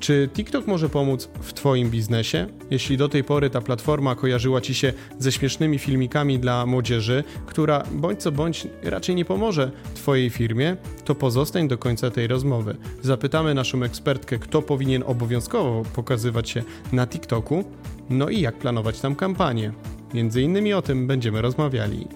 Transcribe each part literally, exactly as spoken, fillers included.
Czy TikTok może pomóc w Twoim biznesie? Jeśli do tej pory ta platforma kojarzyła Ci się ze śmiesznymi filmikami dla młodzieży, która bądź co bądź raczej nie pomoże Twojej firmie, to pozostań do końca tej rozmowy. Zapytamy naszą ekspertkę, kto powinien obowiązkowo pokazywać się na TikToku, no i jak planować tam kampanię. Między innymi o tym będziemy rozmawiali.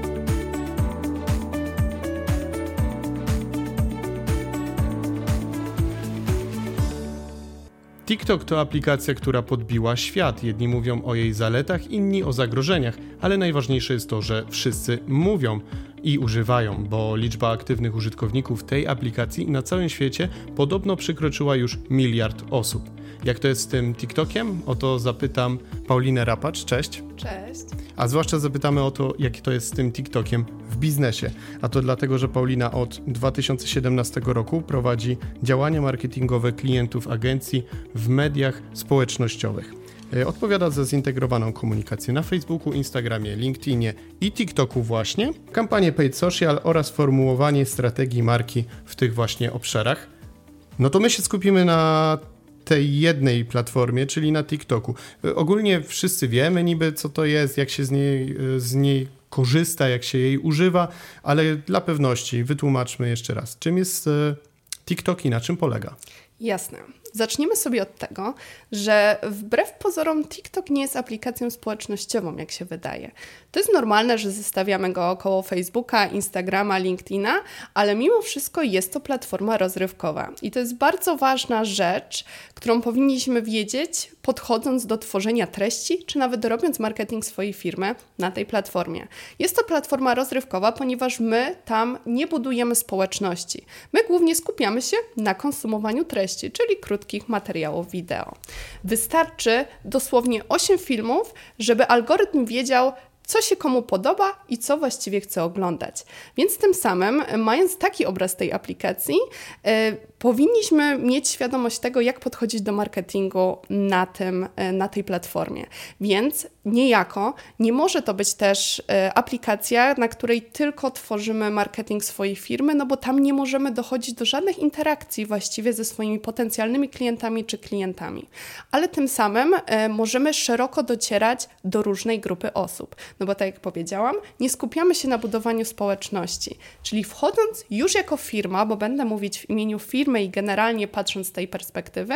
TikTok to aplikacja, która podbiła świat. Jedni mówią o jej zaletach, inni o zagrożeniach, ale najważniejsze jest to, że wszyscy mówią i używają, bo liczba aktywnych użytkowników tej aplikacji na całym świecie podobno przekroczyła już miliard osób. Jak to jest z tym TikTokiem? O to zapytam Paulinę Rapacz. Cześć. Cześć. A zwłaszcza zapytamy o to, jak to jest z tym TikTokiem w biznesie. A to dlatego, że Paulina od dwa tysiące siedemnastego roku prowadzi działania marketingowe klientów agencji w mediach społecznościowych. Odpowiada za zintegrowaną komunikację na Facebooku, Instagramie, LinkedInie i TikToku właśnie, kampanię paid social oraz formułowanie strategii marki w tych właśnie obszarach. No to my się skupimy na tej jednej platformie, czyli na TikToku. Ogólnie wszyscy wiemy niby, co to jest, jak się z niej, z niej korzysta, jak się jej używa, ale dla pewności wytłumaczmy jeszcze raz, czym jest TikTok i na czym polega. Jasne. Zacznijmy sobie od tego, że wbrew pozorom TikTok nie jest aplikacją społecznościową, jak się wydaje. To jest normalne, że zestawiamy go około Facebooka, Instagrama, LinkedIna, ale mimo wszystko jest to platforma rozrywkowa. I to jest bardzo ważna rzecz, którą powinniśmy wiedzieć, podchodząc do tworzenia treści, czy nawet robiąc marketing swojej firmy na tej platformie. Jest to platforma rozrywkowa, ponieważ my tam nie budujemy społeczności. My głównie skupiamy się na konsumowaniu treści, czyli krótkich materiałów wideo. Wystarczy dosłownie osiem filmów, żeby algorytm wiedział, co się komu podoba i co właściwie chce oglądać. Więc tym samym, mając taki obraz tej aplikacji, yy, powinniśmy mieć świadomość tego, jak podchodzić do marketingu na, tym, yy, na tej platformie. Więc niejako nie może to być też yy, aplikacja, na której tylko tworzymy marketing swojej firmy, no bo tam nie możemy dochodzić do żadnych interakcji właściwie ze swoimi potencjalnymi klientami czy klientami. Ale tym samym yy, możemy szeroko docierać do różnej grupy osób. No bo tak jak powiedziałam, nie skupiamy się na budowaniu społeczności. Czyli wchodząc już jako firma, bo będę mówić w imieniu firmy i generalnie patrząc z tej perspektywy,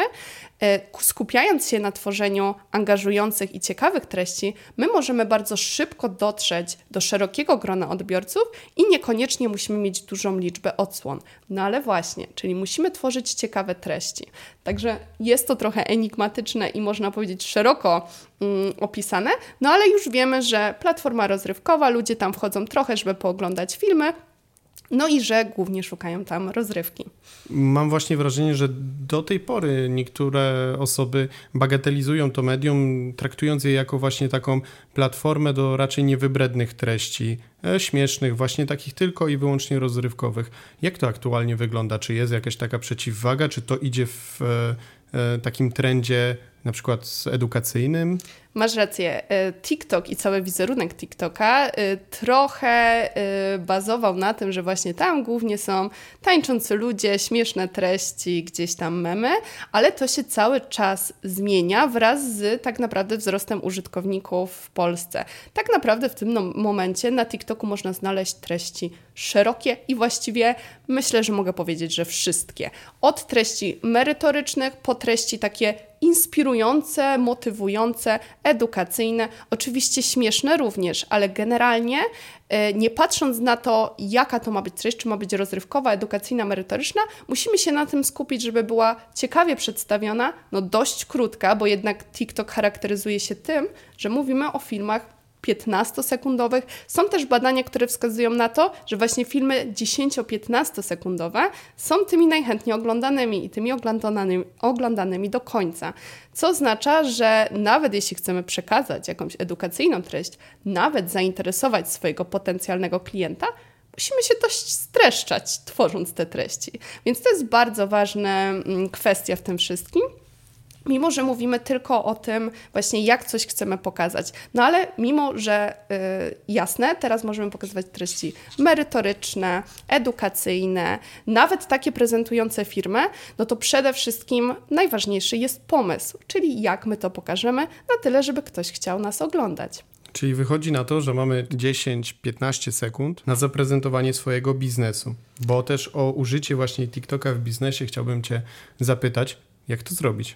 skupiając się na tworzeniu angażujących i ciekawych treści, my możemy bardzo szybko dotrzeć do szerokiego grona odbiorców i niekoniecznie musimy mieć dużą liczbę odsłon. No ale właśnie, czyli musimy tworzyć ciekawe treści. Także jest to trochę enigmatyczne i można powiedzieć szeroko mm, opisane, no ale już wiemy, że platforma rozrywkowa, ludzie tam wchodzą trochę, żeby pooglądać filmy, no i że głównie szukają tam rozrywki. Mam właśnie wrażenie, że do tej pory niektóre osoby bagatelizują to medium, traktując je jako właśnie taką platformę do raczej niewybrednych treści, e, śmiesznych, właśnie takich tylko i wyłącznie rozrywkowych. Jak to aktualnie wygląda? Czy jest jakaś taka przeciwwaga? Czy to idzie w e, e, takim trendzie na przykład edukacyjnym? Masz rację. TikTok i cały wizerunek TikToka trochę bazował na tym, że właśnie tam głównie są tańczący ludzie, śmieszne treści, gdzieś tam memy, ale to się cały czas zmienia wraz z tak naprawdę wzrostem użytkowników w Polsce. Tak naprawdę w tym momencie na TikToku można znaleźć treści szerokie i właściwie myślę, że mogę powiedzieć, że wszystkie. Od treści merytorycznych po treści takie inspirujące, motywujące, edukacyjne, oczywiście śmieszne również, ale generalnie nie patrząc na to, jaka to ma być treść, czy ma być rozrywkowa, edukacyjna, merytoryczna, musimy się na tym skupić, żeby była ciekawie przedstawiona, no dość krótka, bo jednak TikTok charakteryzuje się tym, że mówimy o filmach piętnastosekundowych. Są też badania, które wskazują na to, że właśnie filmy dziesięcio-piętnastosekundowe są tymi najchętniej oglądanymi i tymi oglądanymi, oglądanymi do końca. Co oznacza, że nawet jeśli chcemy przekazać jakąś edukacyjną treść, nawet zainteresować swojego potencjalnego klienta, musimy się dość streszczać, tworząc te treści. Więc to jest bardzo ważna kwestia w tym wszystkim. Mimo że mówimy tylko o tym właśnie, jak coś chcemy pokazać. No ale mimo, że y, jasne, teraz możemy pokazywać treści merytoryczne, edukacyjne, nawet takie prezentujące firmę, no to przede wszystkim najważniejszy jest pomysł, czyli jak my to pokażemy na tyle, żeby ktoś chciał nas oglądać. Czyli wychodzi na to, że mamy dziesięć do piętnastu sekund na zaprezentowanie swojego biznesu, bo też o użycie właśnie TikToka w biznesie chciałbym Cię zapytać, jak to zrobić?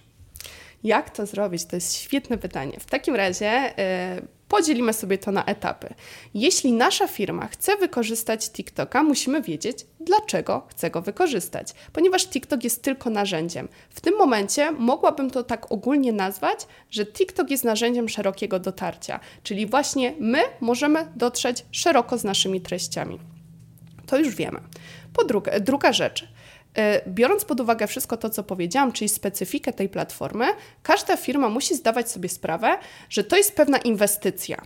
Jak to zrobić? To jest świetne pytanie. W takim razie yy, podzielimy sobie to na etapy. Jeśli nasza firma chce wykorzystać TikToka, musimy wiedzieć, dlaczego chce go wykorzystać, ponieważ TikTok jest tylko narzędziem. W tym momencie mogłabym to tak ogólnie nazwać, że TikTok jest narzędziem szerokiego dotarcia, czyli właśnie my możemy dotrzeć szeroko z naszymi treściami. To już wiemy. Po drugie, druga rzecz. Biorąc pod uwagę wszystko to, co powiedziałam, czyli specyfikę tej platformy, każda firma musi zdawać sobie sprawę, że to jest pewna inwestycja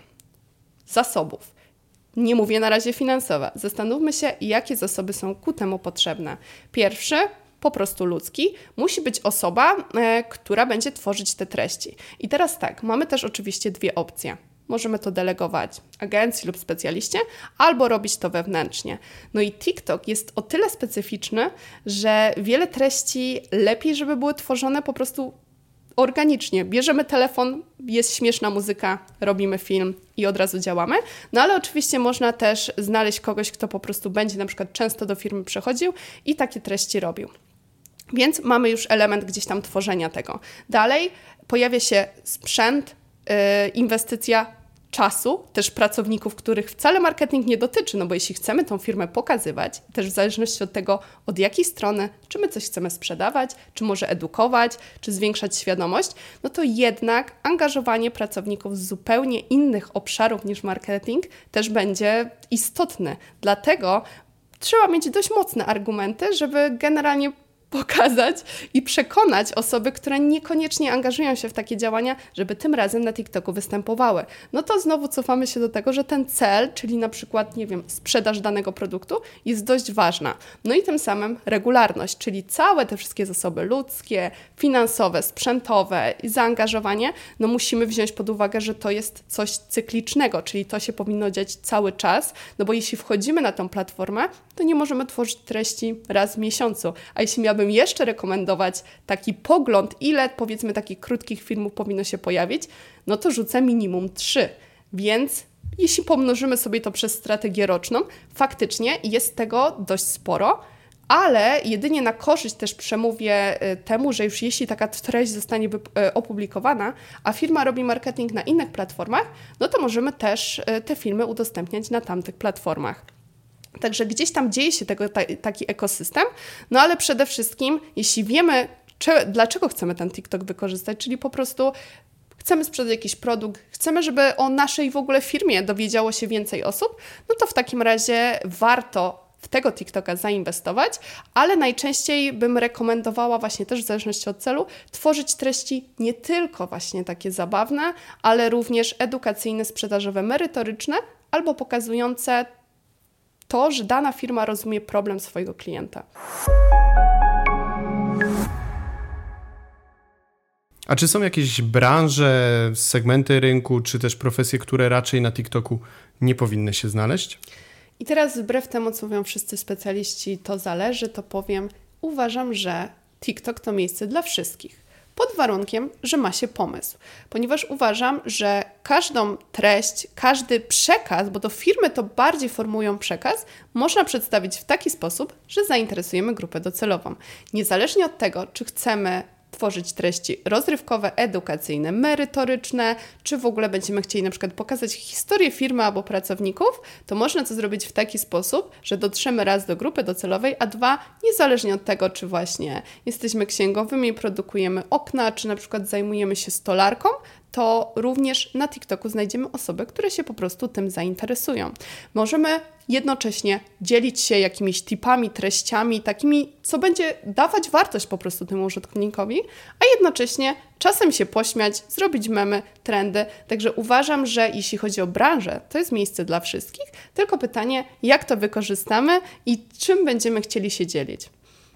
zasobów. Nie mówię na razie finansowa. Zastanówmy się, jakie zasoby są ku temu potrzebne. Pierwszy, po prostu ludzki, musi być osoba, e, która będzie tworzyć te treści. I teraz tak, mamy też oczywiście dwie opcje. Możemy to delegować agencji lub specjaliście, albo robić to wewnętrznie. No i TikTok jest o tyle specyficzny, że wiele treści lepiej, żeby były tworzone po prostu organicznie. Bierzemy telefon, jest śmieszna muzyka, robimy film i od razu działamy. No ale oczywiście można też znaleźć kogoś, kto po prostu będzie na przykład często do firmy przychodził i takie treści robił. Więc mamy już element gdzieś tam tworzenia tego. Dalej pojawia się sprzęt, yy, inwestycja czasu, też pracowników, których wcale marketing nie dotyczy, no bo jeśli chcemy tą firmę pokazywać, też w zależności od tego, od jakiej strony, czy my coś chcemy sprzedawać, czy może edukować, czy zwiększać świadomość, no to jednak angażowanie pracowników z zupełnie innych obszarów niż marketing też będzie istotne. Dlatego trzeba mieć dość mocne argumenty, żeby generalnie pokazać i przekonać osoby, które niekoniecznie angażują się w takie działania, żeby tym razem na TikToku występowały. No to znowu cofamy się do tego, że ten cel, czyli na przykład, nie wiem, sprzedaż danego produktu jest dość ważna. No i tym samym regularność, czyli całe te wszystkie zasoby ludzkie, finansowe, sprzętowe i zaangażowanie, no musimy wziąć pod uwagę, że to jest coś cyklicznego, czyli to się powinno dziać cały czas, no bo jeśli wchodzimy na tą platformę, to nie możemy tworzyć treści raz w miesiącu. A jeśli miałabym jeszcze rekomendować taki pogląd, ile powiedzmy takich krótkich filmów powinno się pojawić, no to rzucę minimum trzy. Więc jeśli pomnożymy sobie to przez strategię roczną, faktycznie jest tego dość sporo, ale jedynie na korzyść też przemówię temu, że już jeśli taka treść zostanie opublikowana, a firma robi marketing na innych platformach, no to możemy też te filmy udostępniać na tamtych platformach. Także gdzieś tam dzieje się tego, ta, taki ekosystem, no ale przede wszystkim, jeśli wiemy, czy, dlaczego chcemy ten TikTok wykorzystać, czyli po prostu chcemy sprzedać jakiś produkt, chcemy, żeby o naszej w ogóle firmie dowiedziało się więcej osób, no to w takim razie warto w tego TikToka zainwestować, ale najczęściej bym rekomendowała właśnie też w zależności od celu tworzyć treści nie tylko właśnie takie zabawne, ale również edukacyjne, sprzedażowe, merytoryczne albo pokazujące to, że dana firma rozumie problem swojego klienta. A czy są jakieś branże, segmenty rynku, czy też profesje, które raczej na TikToku nie powinny się znaleźć? I teraz wbrew temu, co mówią wszyscy specjaliści, to zależy, to powiem, uważam, że TikTok to miejsce dla wszystkich. Pod warunkiem, że ma się pomysł. Ponieważ uważam, że każdą treść, każdy przekaz, bo to firmy to bardziej formułują przekaz, można przedstawić w taki sposób, że zainteresujemy grupę docelową. Niezależnie od tego, czy chcemy tworzyć treści rozrywkowe, edukacyjne, merytoryczne, czy w ogóle będziemy chcieli na przykład pokazać historię firmy albo pracowników, to można to zrobić w taki sposób, że dotrzemy raz do grupy docelowej, a dwa, niezależnie od tego, czy właśnie jesteśmy księgowymi i produkujemy okna, czy na przykład zajmujemy się stolarką, to również na TikToku znajdziemy osoby, które się po prostu tym zainteresują. Możemy jednocześnie dzielić się jakimiś tipami, treściami, takimi, co będzie dawać wartość po prostu temu użytkownikowi, a jednocześnie czasem się pośmiać, zrobić memy, trendy. Także uważam, że jeśli chodzi o branżę, to jest miejsce dla wszystkich, tylko pytanie, jak to wykorzystamy i czym będziemy chcieli się dzielić.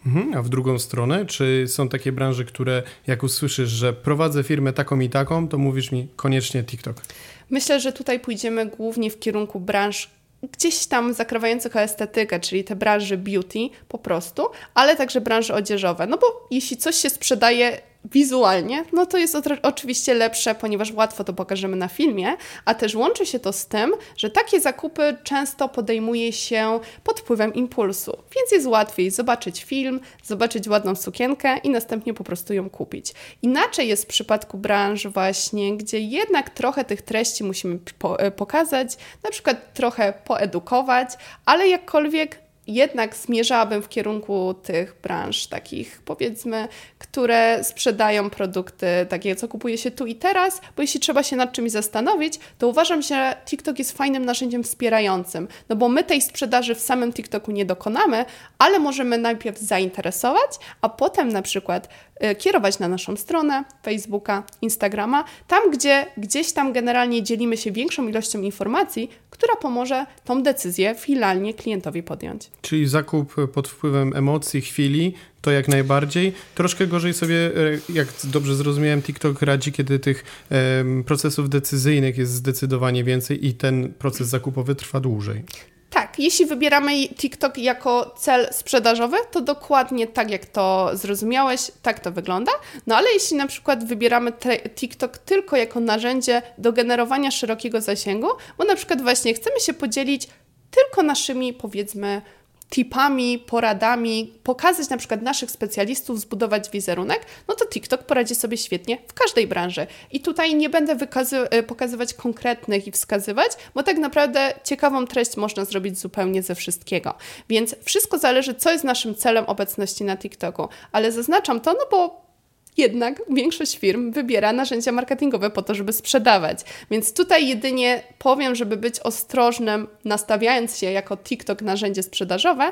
Mhm, a w drugą stronę, czy są takie branże, które jak usłyszysz, że prowadzę firmę taką i taką, to mówisz mi koniecznie TikTok? Myślę, że tutaj pójdziemy głównie w kierunku branż gdzieś tam zakrawających o estetykę, czyli te branże beauty po prostu, ale także branże odzieżowe. No bo jeśli coś się sprzedaje wizualnie, no to jest otr- oczywiście lepsze, ponieważ łatwo to pokażemy na filmie, a też łączy się to z tym, że takie zakupy często podejmuje się pod wpływem impulsu, więc jest łatwiej zobaczyć film, zobaczyć ładną sukienkę i następnie po prostu ją kupić. Inaczej jest w przypadku branż właśnie, gdzie jednak trochę tych treści musimy po- pokazać, na przykład trochę poedukować, ale jakkolwiek jednak zmierzałabym w kierunku tych branż takich, powiedzmy, które sprzedają produkty takie, co kupuje się tu i teraz, bo jeśli trzeba się nad czymś zastanowić, to uważam, że TikTok jest fajnym narzędziem wspierającym, no bo my tej sprzedaży w samym TikToku nie dokonamy, ale możemy najpierw zainteresować, a potem na przykład y, kierować na naszą stronę Facebooka, Instagrama, tam gdzie gdzieś tam generalnie dzielimy się większą ilością informacji, która pomoże tą decyzję finalnie klientowi podjąć. Czyli zakup pod wpływem emocji, chwili, to jak najbardziej. Troszkę gorzej sobie, jak dobrze zrozumiałem, TikTok radzi, kiedy tych um, procesów decyzyjnych jest zdecydowanie więcej i ten proces zakupowy trwa dłużej. Tak, jeśli wybieramy TikTok jako cel sprzedażowy, to dokładnie tak jak to zrozumiałeś, tak to wygląda. No ale jeśli na przykład wybieramy te, TikTok tylko jako narzędzie do generowania szerokiego zasięgu, bo na przykład właśnie chcemy się podzielić tylko naszymi, powiedzmy, tipami, poradami, pokazać na przykład naszych specjalistów, zbudować wizerunek, no to TikTok poradzi sobie świetnie w każdej branży. I tutaj nie będę wykazy- pokazywać konkretnych i wskazywać, bo tak naprawdę ciekawą treść można zrobić zupełnie ze wszystkiego. Więc wszystko zależy, co jest naszym celem obecności na TikToku. Ale zaznaczam to, no bo jednak większość firm wybiera narzędzia marketingowe po to, żeby sprzedawać. Więc tutaj jedynie powiem, żeby być ostrożnym, nastawiając się jako TikTok narzędzie sprzedażowe,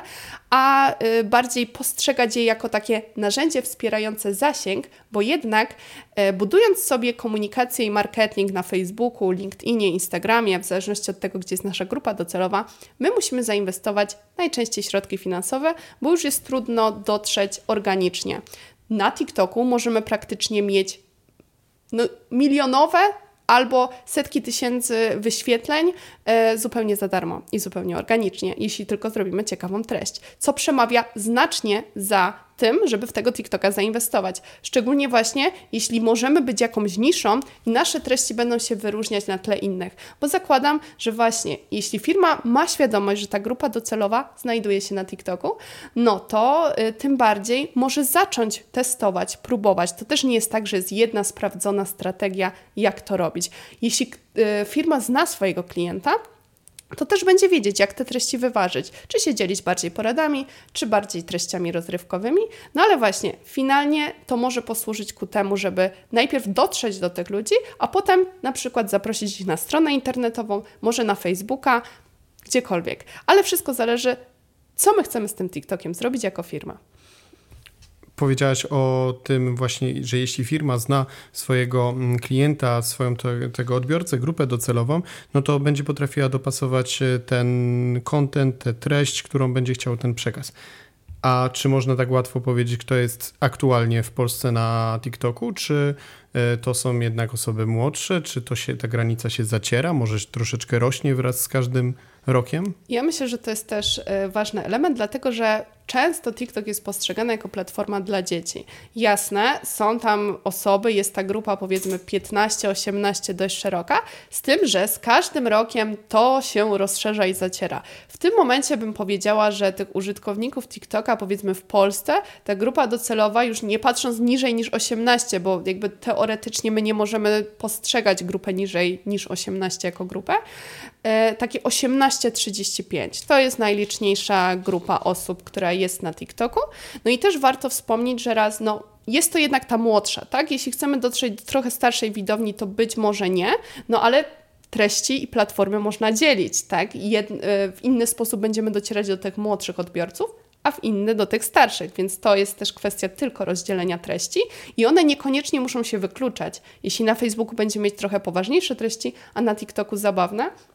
a y, bardziej postrzegać je jako takie narzędzie wspierające zasięg, bo jednak y, budując sobie komunikację i marketing na Facebooku, LinkedInie, Instagramie, w zależności od tego, gdzie jest nasza grupa docelowa, my musimy zainwestować najczęściej środki finansowe, bo już jest trudno dotrzeć organicznie. Na TikToku możemy praktycznie mieć no, milionowe albo setki tysięcy wyświetleń e, zupełnie za darmo i zupełnie organicznie, jeśli tylko zrobimy ciekawą treść, co przemawia znacznie za tym, żeby w tego TikToka zainwestować. Szczególnie właśnie, jeśli możemy być jakąś niszą i nasze treści będą się wyróżniać na tle innych. Bo zakładam, że właśnie, jeśli firma ma świadomość, że ta grupa docelowa znajduje się na TikToku, no to y, tym bardziej może zacząć testować, próbować. To też nie jest tak, że jest jedna sprawdzona strategia, jak to robić. Jeśli y, firma zna swojego klienta, to też będzie wiedzieć, jak te treści wyważyć. Czy się dzielić bardziej poradami, czy bardziej treściami rozrywkowymi. No ale właśnie, finalnie to może posłużyć ku temu, żeby najpierw dotrzeć do tych ludzi, a potem na przykład zaprosić ich na stronę internetową, może na Facebooka, gdziekolwiek. Ale wszystko zależy, co my chcemy z tym TikTokiem zrobić jako firma. Powiedziałaś o tym właśnie, że jeśli firma zna swojego klienta, swoją te, tego odbiorcę, grupę docelową, no to będzie potrafiła dopasować ten content, tę treść, którą będzie chciał ten przekaz. A czy można tak łatwo powiedzieć, kto jest aktualnie w Polsce na TikToku? Czy to są jednak osoby młodsze? Czy to się, ta granica się zaciera? Może troszeczkę rośnie wraz z każdym rokiem? Ja myślę, że to jest też ważny element, dlatego że często TikTok jest postrzegany jako platforma dla dzieci. Jasne, są tam osoby, jest ta grupa powiedzmy piętnaście osiemnaście dość szeroka, z tym, że z każdym rokiem to się rozszerza i zaciera. W tym momencie bym powiedziała, że tych użytkowników TikToka powiedzmy w Polsce, ta grupa docelowa już nie patrząc niżej niż osiemnaście, bo jakby teoretycznie my nie możemy postrzegać grupę niżej niż osiemnaście jako grupę, e, takie osiemnaście trzydzieści pięć. To jest najliczniejsza grupa osób, która jest na TikToku. No i też warto wspomnieć, że raz, no jest to jednak ta młodsza, tak? Jeśli chcemy dotrzeć do trochę starszej widowni, to być może nie, no ale treści i platformy można dzielić, tak? Jed- w inny sposób będziemy docierać do tych młodszych odbiorców, a w inny do tych starszych, więc to jest też kwestia tylko rozdzielenia treści i one niekoniecznie muszą się wykluczać. Jeśli na Facebooku będziemy mieć trochę poważniejsze treści, a na TikToku zabawne,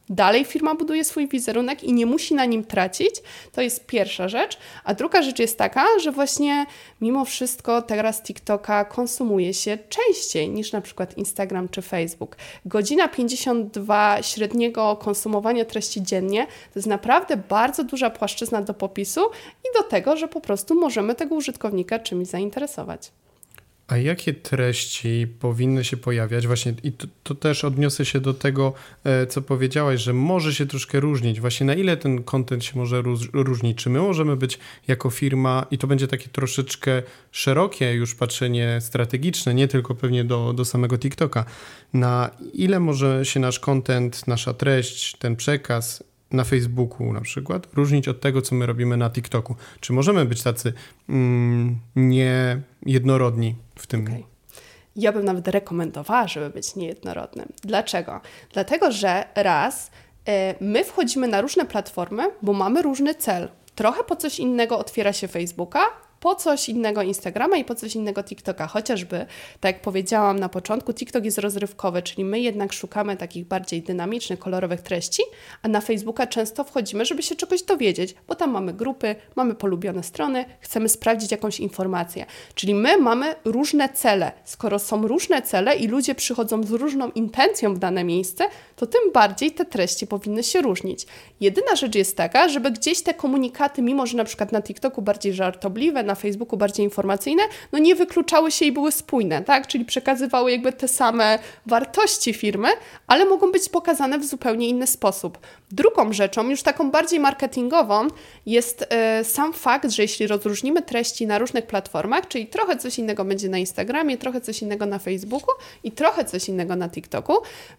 dalej firma buduje swój wizerunek i nie musi na nim tracić. To jest pierwsza rzecz. A druga rzecz jest taka, że właśnie mimo wszystko teraz TikToka konsumuje się częściej niż na przykład Instagram czy Facebook. Godzina pięćdziesiąt dwa średniego konsumowania treści dziennie to jest naprawdę bardzo duża płaszczyzna do popisu i do tego, że po prostu możemy tego użytkownika czymś zainteresować. A jakie treści powinny się pojawiać? Właśnie i to, to też odniosę się do tego, co powiedziałaś, że może się troszkę różnić. Właśnie na ile ten content się może róż, różnić? Czy my możemy być jako firma, i to będzie takie troszeczkę szerokie już patrzenie strategiczne, nie tylko pewnie do, do samego TikToka, na ile może się nasz content, nasza treść, ten przekaz na Facebooku na przykład różnić od tego, co my robimy na TikToku? Czy możemy być tacy mm, niejednorodni w tym? Okay. Ja bym nawet rekomendowała, żeby być niejednorodnym. Dlaczego? Dlatego, że raz, y, my wchodzimy na różne platformy, bo mamy różny cel. Trochę po coś innego otwiera się Facebooka, po coś innego Instagrama i po coś innego TikToka. Chociażby, tak jak powiedziałam na początku, TikTok jest rozrywkowy, czyli my jednak szukamy takich bardziej dynamicznych, kolorowych treści, a na Facebooka często wchodzimy, żeby się czegoś dowiedzieć, bo tam mamy grupy, mamy polubione strony, chcemy sprawdzić jakąś informację. Czyli my mamy różne cele. Skoro są różne cele i ludzie przychodzą z różną intencją w dane miejsce, to tym bardziej te treści powinny się różnić. Jedyna rzecz jest taka, żeby gdzieś te komunikaty, mimo że na przykład na TikToku bardziej żartobliwe, na Facebooku bardziej informacyjne, no nie wykluczały się i były spójne, tak? Czyli przekazywały jakby te same wartości firmy, ale mogą być pokazane w zupełnie inny sposób. Drugą rzeczą, już taką bardziej marketingową, jest y, sam fakt, że jeśli rozróżnimy treści na różnych platformach, czyli trochę coś innego będzie na Instagramie, trochę coś innego na Facebooku i trochę coś innego na TikToku,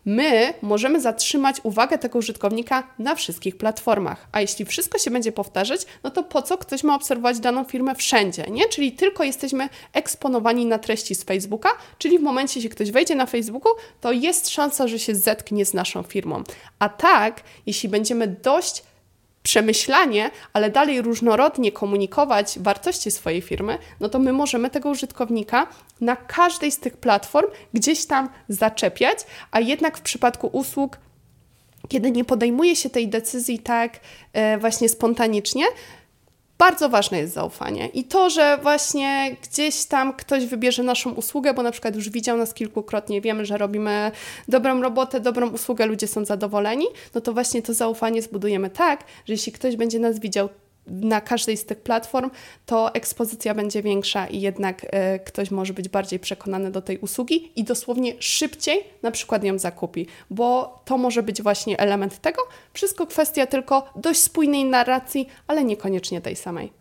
my możemy zatrzymać uwagę tego użytkownika na wszystkich platformach. A jeśli wszystko się będzie powtarzać, no to po co ktoś ma obserwować daną firmę wszędzie? Nie? Czyli tylko jesteśmy eksponowani na treści z Facebooka, czyli w momencie, jeśli ktoś wejdzie na Facebooku, to jest szansa, że się zetknie z naszą firmą. A tak, jeśli będziemy dość przemyślanie, ale dalej różnorodnie komunikować wartości swojej firmy, no to my możemy tego użytkownika na każdej z tych platform gdzieś tam zaczepiać, a jednak w przypadku usług, kiedy nie podejmuje się tej decyzji tak e, właśnie spontanicznie, bardzo ważne jest zaufanie i to, że właśnie gdzieś tam ktoś wybierze naszą usługę, bo na przykład już widział nas kilkukrotnie, wiemy, że robimy dobrą robotę, dobrą usługę, ludzie są zadowoleni, no to właśnie to zaufanie zbudujemy tak, że jeśli ktoś będzie nas widział na każdej z tych platform, to ekspozycja będzie większa i jednak y, ktoś może być bardziej przekonany do tej usługi i dosłownie szybciej na przykład ją zakupi, bo to może być właśnie element tego. Wszystko kwestia tylko dość spójnej narracji, ale niekoniecznie tej samej.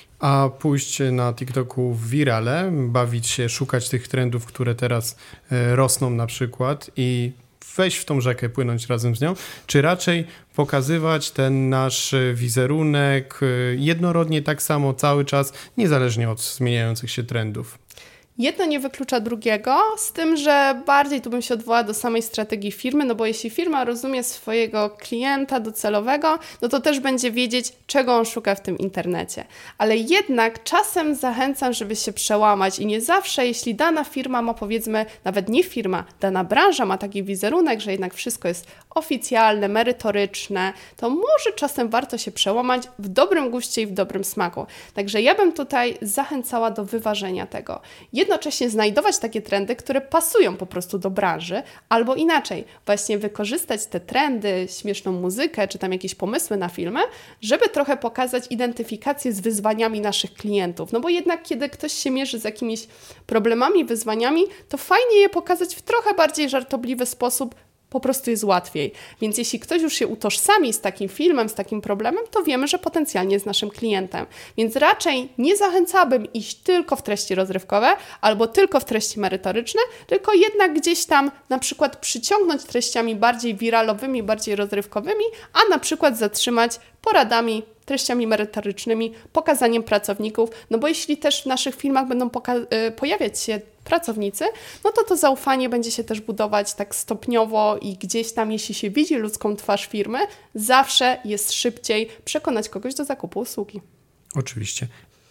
A pójść na TikToku w wirale, bawić się, szukać tych trendów, które teraz y, rosną na przykład i wejść w tą rzekę, płynąć razem z nią, czy raczej pokazywać ten nasz wizerunek jednorodnie tak samo cały czas, niezależnie od zmieniających się trendów? Jedno nie wyklucza drugiego, z tym, że bardziej tu bym się odwołała do samej strategii firmy, no bo jeśli firma rozumie swojego klienta docelowego, no to też będzie wiedzieć, czego on szuka w tym internecie. Ale jednak czasem zachęcam, żeby się przełamać i nie zawsze, jeśli dana firma ma, powiedzmy, nawet nie firma, dana branża ma taki wizerunek, że jednak wszystko jest oficjalne, merytoryczne, to może czasem warto się przełamać w dobrym guście i w dobrym smaku. Także ja bym tutaj zachęcała do wyważenia tego. Jednocześnie znajdować takie trendy, które pasują po prostu do branży, albo inaczej, właśnie wykorzystać te trendy, śmieszną muzykę, czy tam jakieś pomysły na filmy, żeby trochę pokazać identyfikację z wyzwaniami naszych klientów. No bo jednak, kiedy ktoś się mierzy z jakimiś problemami, wyzwaniami, to fajnie je pokazać w trochę bardziej żartobliwy sposób, po prostu jest łatwiej. Więc jeśli ktoś już się utożsami z takim filmem, z takim problemem, to wiemy, że potencjalnie jest naszym klientem. Więc raczej nie zachęcałabym iść tylko w treści rozrywkowe albo tylko w treści merytoryczne, tylko jednak gdzieś tam na przykład przyciągnąć treściami bardziej wiralowymi, bardziej rozrywkowymi, a na przykład zatrzymać poradami, treściami merytorycznymi, pokazaniem pracowników, no bo jeśli też w naszych filmach będą poka- pojawiać się pracownicy, no to to zaufanie będzie się też budować tak stopniowo i gdzieś tam, jeśli się widzi ludzką twarz firmy, zawsze jest szybciej przekonać kogoś do zakupu usługi. Oczywiście.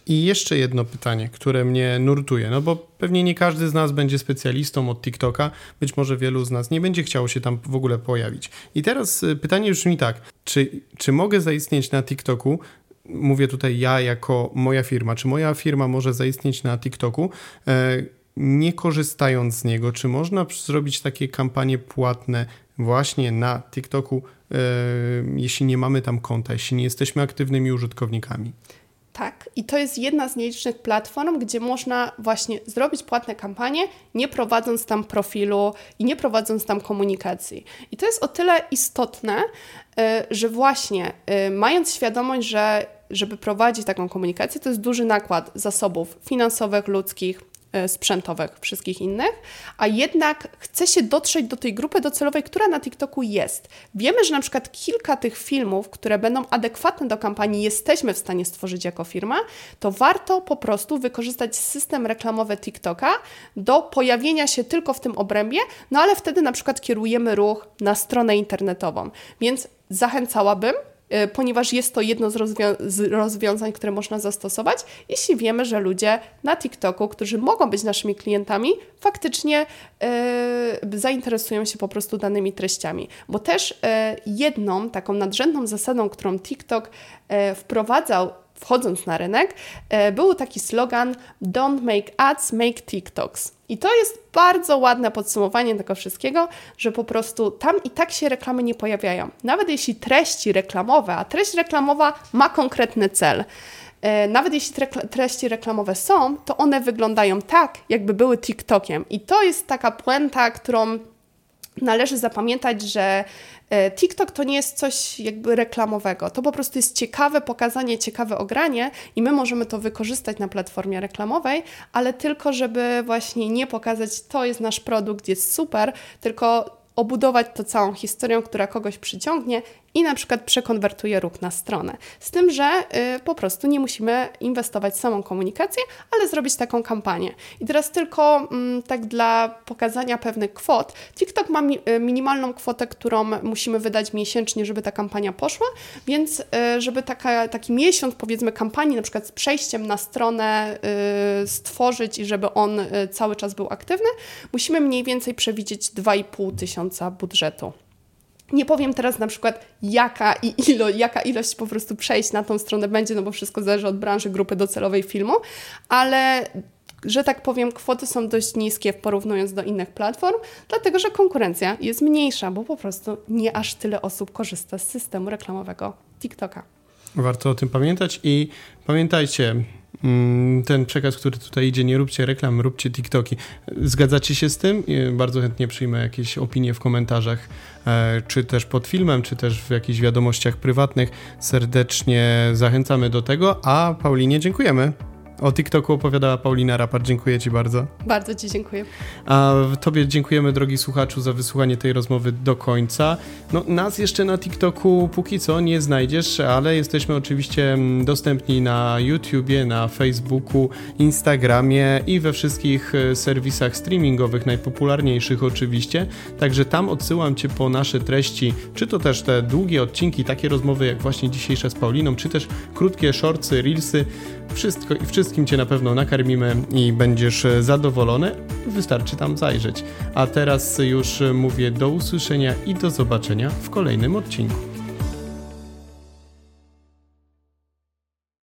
I jeszcze jedno pytanie, które mnie nurtuje, no bo pewnie nie każdy z nas będzie specjalistą od TikToka, być może wielu z nas nie będzie chciało się tam w ogóle pojawić. I teraz pytanie brzmi tak, czy, czy mogę zaistnieć na TikToku? Mówię tutaj ja jako moja firma, czy moja firma może zaistnieć na TikToku, e, nie korzystając z niego? Czy można zrobić takie kampanie płatne właśnie na TikToku, e, jeśli nie mamy tam konta, jeśli nie jesteśmy aktywnymi użytkownikami? Tak, i to jest jedna z nielicznych platform, gdzie można właśnie zrobić płatne kampanie, nie prowadząc tam profilu i nie prowadząc tam komunikacji. I to jest o tyle istotne, że właśnie mając świadomość, że żeby prowadzić taką komunikację, to jest duży nakład zasobów finansowych, ludzkich, sprzętowych, wszystkich innych, a jednak chce się dotrzeć do tej grupy docelowej, która na TikToku jest. Wiemy, że na przykład kilka tych filmów, które będą adekwatne do kampanii, jesteśmy w stanie stworzyć jako firma, to warto po prostu wykorzystać system reklamowy TikToka do pojawienia się tylko w tym obrębie, no ale wtedy na przykład kierujemy ruch na stronę internetową. Więc zachęcałabym, ponieważ jest to jedno z, rozwią- z rozwiązań, które można zastosować, jeśli wiemy, że ludzie na TikToku, którzy mogą być naszymi klientami, faktycznie yy, zainteresują się po prostu danymi treściami. Bo też yy, jedną taką nadrzędną zasadą, którą TikTok yy, wprowadzał, wchodząc na rynek, yy, był taki slogan "Don't make ads, make TikToks". I to jest bardzo ładne podsumowanie tego wszystkiego, że po prostu tam i tak się reklamy nie pojawiają. Nawet jeśli treści reklamowe, a treść reklamowa ma konkretny cel, nawet jeśli treści reklamowe są, to one wyglądają tak, jakby były TikTokiem. I to jest taka puenta, którą należy zapamiętać, że TikTok to nie jest coś jakby reklamowego. To po prostu jest ciekawe pokazanie, ciekawe ogranie i my możemy to wykorzystać na platformie reklamowej, ale tylko żeby właśnie nie pokazać, to jest nasz produkt, jest super, tylko obudować to całą historią, która kogoś przyciągnie i na przykład przekonwertuje ruch na stronę. Z tym, że y, po prostu nie musimy inwestować w samą komunikację, ale zrobić taką kampanię. I teraz tylko mm, tak dla pokazania pewnych kwot. TikTok ma mi, y, minimalną kwotę, którą musimy wydać miesięcznie, żeby ta kampania poszła, więc y, żeby taka, taki miesiąc, powiedzmy, kampanii, na przykład z przejściem na stronę y, stworzyć i żeby on y, cały czas był aktywny, musimy mniej więcej przewidzieć dwa i pół tysiąca budżetu. Nie powiem teraz na przykład jaka i ilo, jaka ilość po prostu przejść na tą stronę będzie, no bo wszystko zależy od branży, grupy docelowej filmu, ale że tak powiem, kwoty są dość niskie porównując do innych platform, dlatego że konkurencja jest mniejsza, bo po prostu nie aż tyle osób korzysta z systemu reklamowego TikToka. Warto o tym pamiętać i pamiętajcie, ten przekaz, który tutaj idzie, nie róbcie reklam, róbcie TikToki. Zgadzacie się z tym? Bardzo chętnie przyjmę jakieś opinie w komentarzach, czy też pod filmem, czy też w jakichś wiadomościach prywatnych. Serdecznie zachęcamy do tego, a Paulinie dziękujemy. O TikToku opowiadała Paulina Rapart. Dziękuję Ci bardzo. Bardzo Ci dziękuję. A Tobie dziękujemy, drogi słuchaczu, za wysłuchanie tej rozmowy do końca. No, nas jeszcze na TikToku póki co nie znajdziesz, ale jesteśmy oczywiście dostępni na YouTubie, na Facebooku, Instagramie i we wszystkich serwisach streamingowych, najpopularniejszych oczywiście. Także tam odsyłam Cię po nasze treści, czy to też te długie odcinki, takie rozmowy jak właśnie dzisiejsza z Pauliną, czy też krótkie shortsy, reelsy. Wszystko i wszystkim Cię na pewno nakarmimy i będziesz zadowolony. Wystarczy tam zajrzeć. A teraz już mówię do usłyszenia i do zobaczenia w kolejnym odcinku.